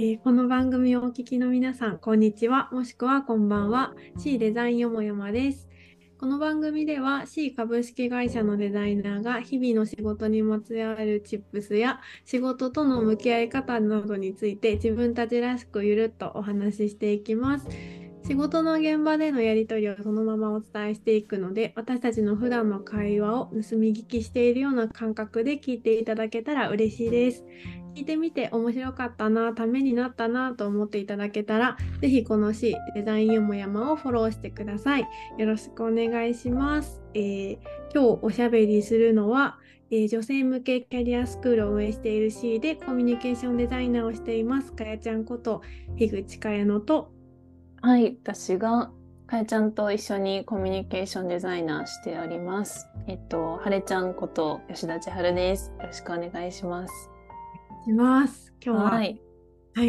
この番組をお聞きの皆さん、こんにちは、もしくはこんばんは。C デザインよもやまです。この番組では C 株式会社のデザイナーが日々の仕事にまつわるチップスや仕事との向き合い方などについて自分たちらしくゆるっとお話ししていきます。仕事の現場でのやり取りをそのままお伝えしていくので、私たちの普段の会話を盗み聞きしているような感覚で聞いていただけたら嬉しいです。聞いてみて面白かったな、ためになったなと思っていただけたら、ぜひこの C デザインよもやまをフォローしてください。よろしくお願いします。今日おしゃべりするのは、女性向けキャリアスクールを運営している C でコミュニケーションデザイナーをしています。かやちゃんこと樋口かやのと、 はい、私がかやちゃんと一緒にコミュニケーションデザイナーしております。はれちゃんこと吉田千春です。よろしくお願いします。 します。今日は、 はい。 はい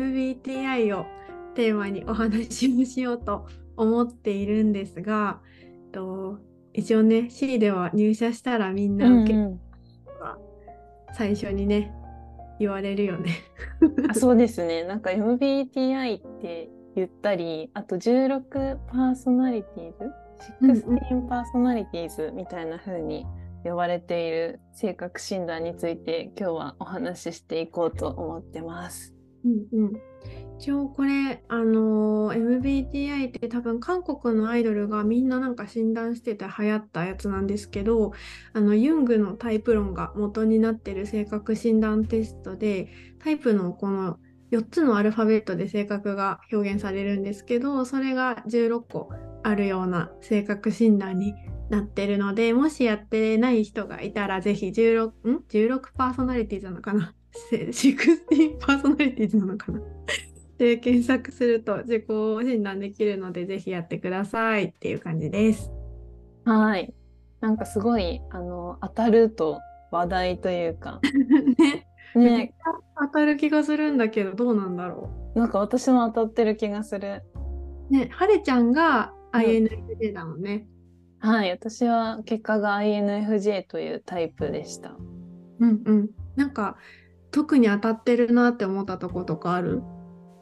、MBTI をテーマにお話をしようと思っているんですが、一応ね、C では入社したらみんうな受けんうん。 は最初にね、言われるよね。 あ、そうですね。なんか MBTI って言ったり、あと16パーソナリティーズ、 うんうん 16パーソナリティーズみたいな風に呼ばれている性格診断について今日はお話ししていこうと思ってます。 うんうん。一応これ、MBTI って多分韓国のアイドルがみんななんか診断してて流行ったやつなんですけど、ユングのタイプ論が元になってる性格診断テストで、タイプのこの4つのアルファベットで性格が表現されるんですけど、それが16個あるような性格診断になってるので、もしやってない人がいたらぜひ16パーソナリティなのかな16パーソナリティなのかなで検索すると自己診断できるので、ぜひやってくださいっていう感じです。 はい。なんかすごい、当たると話題というか、 ね、めっちね、 ゃ当たる気がするんだけど、どうなんだろなんか私も当たってる気がする。 う。ね、はれちゃんがうん。 INFJ だもんね。 はい。私は結果が INFJ というタイプでした。 うんうん。なんか、特に当たってるなって思ったとことかある？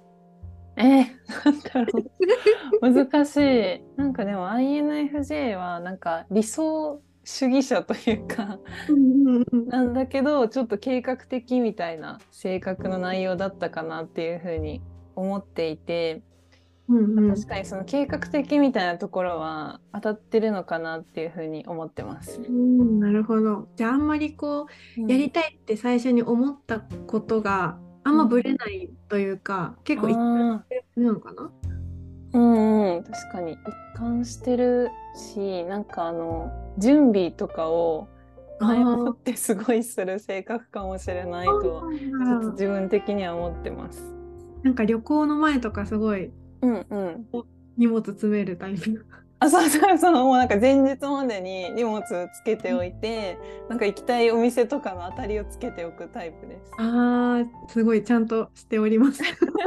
なんだろう。難しい。なんかでも INFJ はなんか理想主義者というか、 うんうんうん。 なんだけど、ちょっと計画的みたいな性格の内容だったかなっていうふうに思っていて、 うんうん。 確かにその計画的みたいなところは当たってるのかなっていうふうに思ってます。 なるほど。じゃあ、あんまりやうん。 りたいって最初に思ったことがあんまぶうん。 れないというか、結構一貫しああ、 てるのかな？ うんうん、確かに一貫してるし、なんか準備とかをあ前もっあ、 てすごいする性格かもしれないそうと、ちょっとなんだ。 自分的には思ってます。 なんか旅行の前とかすごいうんうん。 荷物詰めるタイプ。 あ、そうそうそう、もうなんか前日までに荷物つけておいて、なんか行きたいお店とかの当たりをつけておくタイプです。 ああ、すごいちゃんとしております。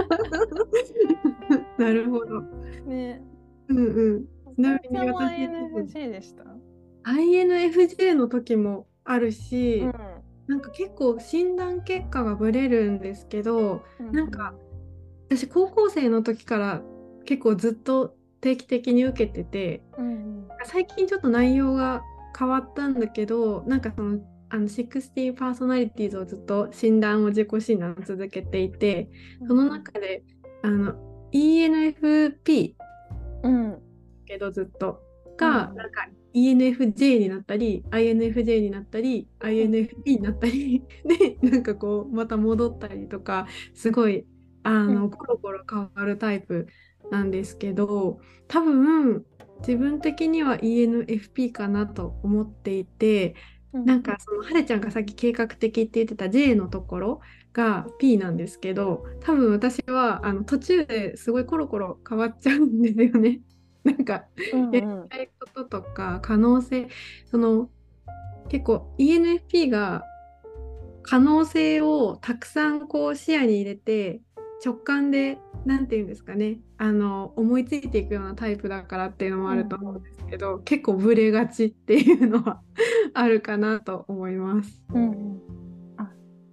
なるほど。 ね、 うんうん。ちなかやみにちゃんも私多分 INFJ でした？ INFJ の時もあるうん。 し、なんか結構診断結果がブレるんですけど、 うんなんか私高校生の時から結構ずっと定期的に受けてて、 うん最近ちょっと内容が変わったんだけど、なんか60パーソナリティーズをずっと自己診断を続けていて、そのうん中で、ENFP うんけどずっとが、 うんなんか ENFJ になったり、INFJ になったり、 うん INFP になったり、で、なんかまた戻ったりとか、すごい、 うんコロコロ変わるタイプなんですけど、多分、自分的には ENFP かなと思っていて、 うんなんかはるちゃんがさっき計画的って言ってた J のところが P なんですけど、多分私は途中ですごいコロコロ変わっちゃうんですよね。なんかやりうんうんたいこととか可能性、その結構 ENFP が可能性をたくさん視野に入れて直感でなんていうんですかね、思いついていくようなタイプだからっていうのもあると思うんですけど、結構ブレがちっていうのはあるかなと思います。 うんうん。あ、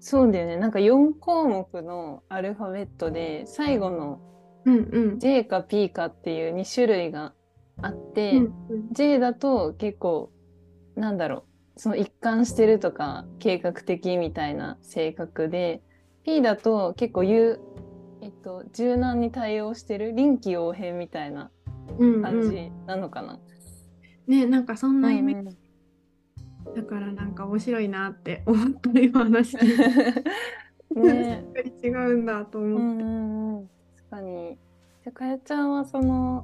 そうだよね。なんか4項目のアルファベットで、最後のうんうん。 J か P かっていう2種類があっうんて、 うん J だと結構、なんだろその一貫してるとか、計画的みたいな性格で、P だと結構柔軟に対応してる、臨機応変みたいなうんうん。 感じなのかな。 ね、なんかそんなイメーうんうん。 ジだからなんか面白いなって思った今話聞いて。しねえ。 っかり違うんだと思って。 うんうんうん。確かに。じゃあ、かやちゃんはその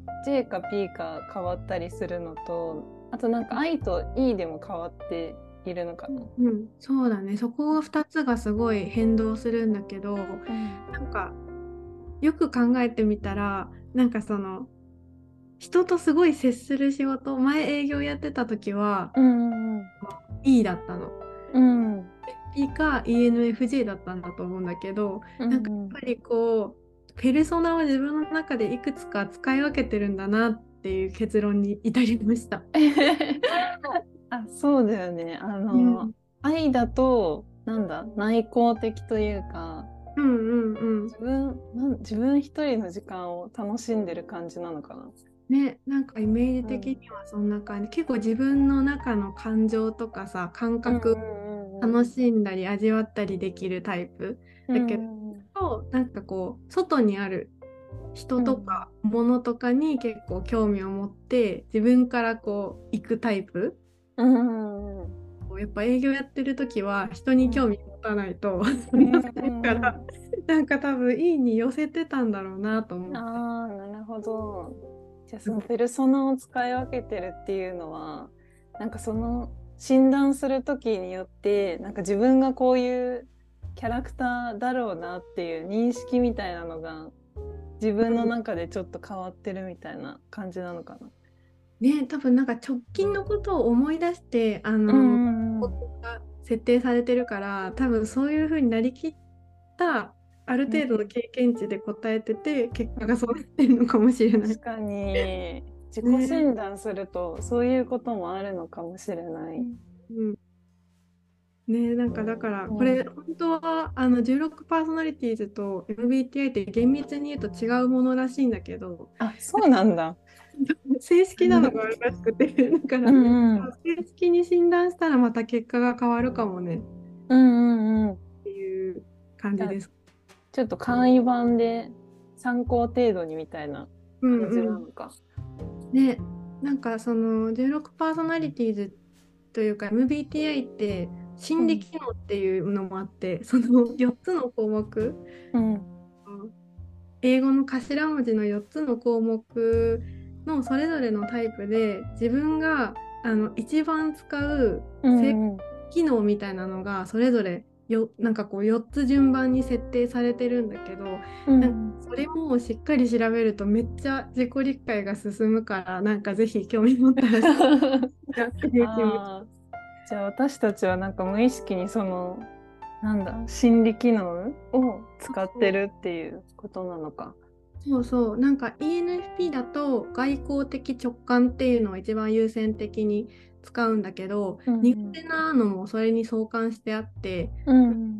J か P か変わったりするのと、あとなんか I と E でも変わっているのかな。 うん、そうだね。そこが2つがすごい変動するんだけど、 うん。 なんかよく考えてみたら、なんかその人とすごい接する仕事、前営業やってた時はうんうん E だったの。 うん。うん P か ENFJ だったんだと思うんだけど、なんかうんうん。 やっぱりこう、ペルソナを自分の中でいくつか使い分けてるんだなっていう結論に至りました。 あ、そうだよね。 うん愛だと、なんだ、内向的というか、 うんうんうん。 自分一人の時間を楽しんでる感じなのかな。 ね、なんかイメージうん。 的にはそんな感じ。結構自分の中の感情とかさ、感うん覚うん楽しんだり味わったりできるタイプ。 うんだけうん。 ど、なんかこう、外にある人とうんか物とかに結構興味を持って、自分からこう、行くタイプ。 うんうんうん。 やっぱ営業やってる時は人に興味持たないとうん話せないかうんうら、なんか多分いいに寄せてたんだろうなと思ん。 って。 ああ、なるほど。じゃあそのペルソナを使い分けてるっていうのは、なんかその診断するときによって、なんか自分がこういうキャラクターだろうなっていう認識みたいなのが自分の中でちょっと変わってるみたいな感じなのかな。 ね、多分なんか直近のことを思い出して、 うんうんうん。 ことが設定されてるから、多分そういうふうになりきったある程度の経験値で答えてて、結果がそうなってるのかもしれない。 確かに自己ね。 診断するとそういうこともあるのかもしれない。 うんね、なんかだからこれうん。 本当は16パーソナリティーズと MBTI って厳密に言うと違うものらしいんだけど、 あ、そうなんだ。 正式なのがあるらしくて、だかうらんうん。 正式に診断したらまた結果が変わるかもねっうんうんうん。 ていう感じゃあじです。 ちょっと簡易版で参考程度にみたいなうん感じうん。 なのか。 で、なんかその16パーソナリティーズというか MBTI って心理うん。 機能っていうのもあって、その4つの項目、 うん。 英語の頭文字の4つの項目のそれぞれのタイプで自分が一番使う性うんうん。 機能みたいなのがそれぞれなんかこう4つ順番に設定されてるんだけど、なんかうん。 それもしっかり調べるとめっちゃ自己理解が進むから、なんかぜひ興味持ったらしてやっていう気持ち。 ああ、じゃあ私たちはなんか無意識にその、なんだ、心理機能を使ってるっていうことなのか。 そうそう、なんか ENFP だと外交的直感っていうのを一番優先的に使うんだけど、苦うん手なのもそれに相関してあって、 うん。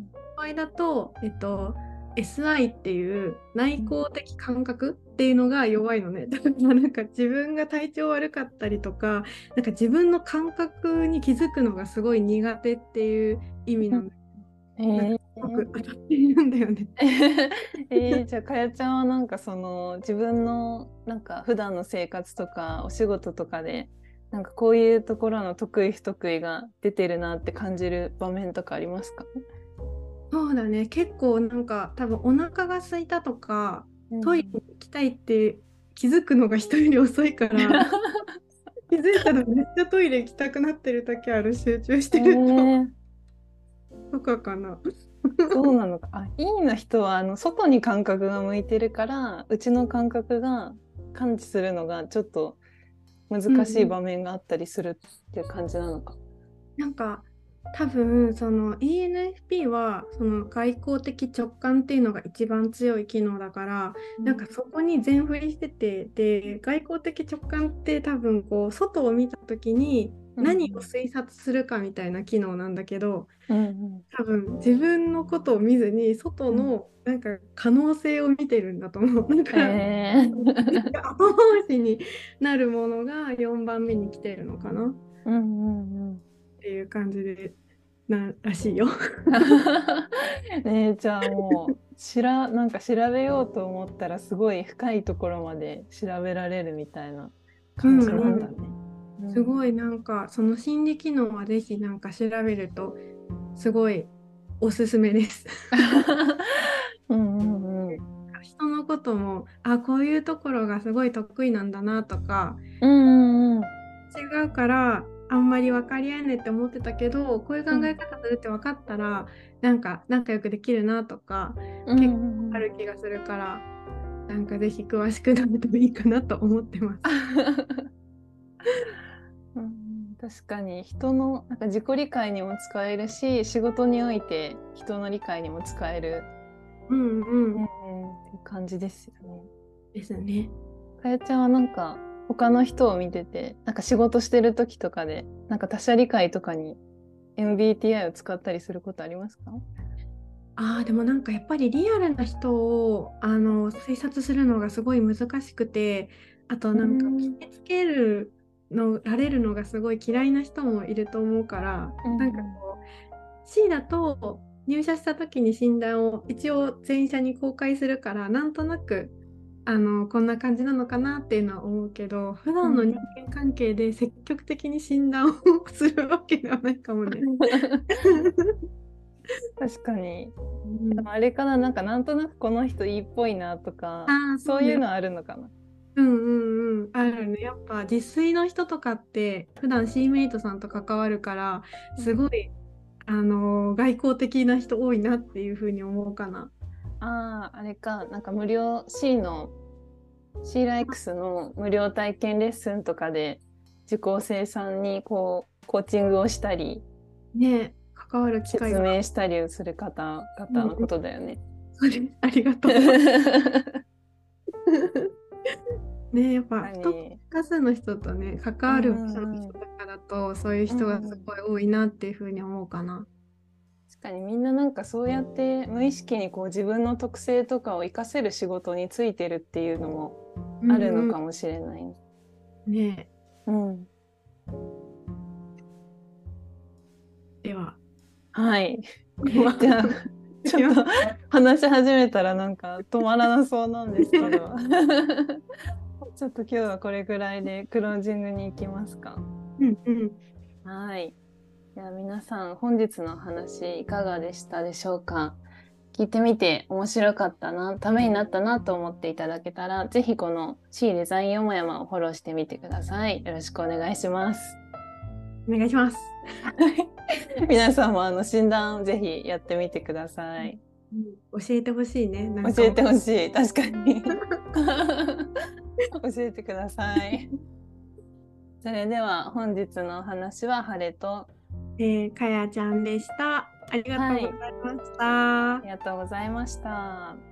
場合だと、SI っていう内うん。 向的感覚っていうのが弱いのね。だからなんか自分が体調悪かったりとか、なんか自分の感覚に気づくのがすごい苦手っていう意味うんなんだ。なんかえすごく当たっているんだよね。 じゃあかやちゃんはなんかその自分のなんか普段の生活とかお仕事とかでなんかこういうところの得意不得意が出てるなって感じる場面とかありますか？ そうだね。結構なんか多分お腹が空いたとかトイレうん。 に行きたいって気づくのが人より遅いから、気づいたらめっちゃトイレ行きたくなってる時ある、集中しえてると。 ー、 とかかな。 そうなのか。あ、いいの人は外に感覚が向いてるからうちの感覚が感知するのがちょっと難しいうんうん。 場面があったりするっていう感じなのか。 なんか多分その ENFP はその外交的直感っていうのが一番強い機能だから、なんかそこに全振りしてて、で外交的直感って多分こう外を見た時に何を推察するかみたいな機能なんだけど、 うん多分自分のことを見ずに外うんのなんか可能性を見てるんだと思う。なんかー、 後回しになるものが4番目に来てるのかなっうんうんうん。 ていう感じでらしいよ。 ねえ、じゃあもうなんか調べようと思ったらすごい深いところまで調べられるみたいな感じなんだね。 すごいなんかその心理機能はぜひなんか調べるとすごいおすすめです。 うんうんうん。 人のこともこういうところがすごい得意なんだなとか、 うんうんうん。 違うからあんまり分かり合えないって思ってたけど、こういう考うんえ方するって分かったらなんか仲良くできるなとかうん結構うんうん。 ある気がするから、なんかぜひ詳しくなるといいかなと思ってます。 うん、確かに人のなんか自己理解にも使えるし、仕事において人の理解にも使える、 うんうん。 っていう感じですよね。 ですね。 かやちゃんはなんか他の人を見てて、なんか仕事してる時とかで、なんか他者理解とかに MBTI を使ったりすることありますか？ でもなんかやっぱりリアルな人を推察するのがすごい難しくて、あとうなんか決んめつけられるのがすごい嫌いな人もいると思うから、 うんなんかこう C だと入社した時に診断を一応全社に公開するから、なんとなくこんな感じなのかなっていうのは思うけど、普うん。 段の人間関係で積極的に診断をするわけではないかもね。 確かに。 うんでもあれかな、なんかなんとなくこの人いいっぽいなとか、 そうね。 そういうのあるのかな。 うんうんうん。あるね。やっぱ自炊の人とかって普段シーメイトさんと関わるから、すごい、外交的な人多いなっていうふうに思うかな。 ああ、あれか、なんか無料 C ライクスの無料体験レッスンとかで受講生さんにこうコーチングをしたりね、関わる機会説が。 明したりする方々のこうんうん。 とだよね。 それありがとう。ね、やっぱ不特定何多数の人とね、関うわる部署のんうんうん。 人とかだと、そういううん人がすうん。 ごい多いなっていうふうに思うかな。 確かにみんななんかそうやって無意識にこう自分の特性とかを活かせる仕事についてるっていうのもうあるのんうかもしれないね。 ん。ね、 うん。 では、 はい。 ね、 じゃあ、ちょっとすいません。 話し始めたらなんか止まらなそうなんですけど。ちょっと今日はこれぐらいでクロージングに行きますか。 うんうん。 はい。では皆さん、本日の話いかがでしたでしょうか？聞いてみて面白かったな、ためになったなと思っていただけたら、ぜひこの C デザインよもやまをフォローしてみてください。よろしくお願いします。 お願いします。 皆さんも診断ぜひやってみてください。 うん、教えてほしいね。なんか教えてほしい。確かに。教えてください。それでは本日のお話は晴れと、 かやちゃんでした。ありがとうごはい、 ざいました。 ありがとうございました。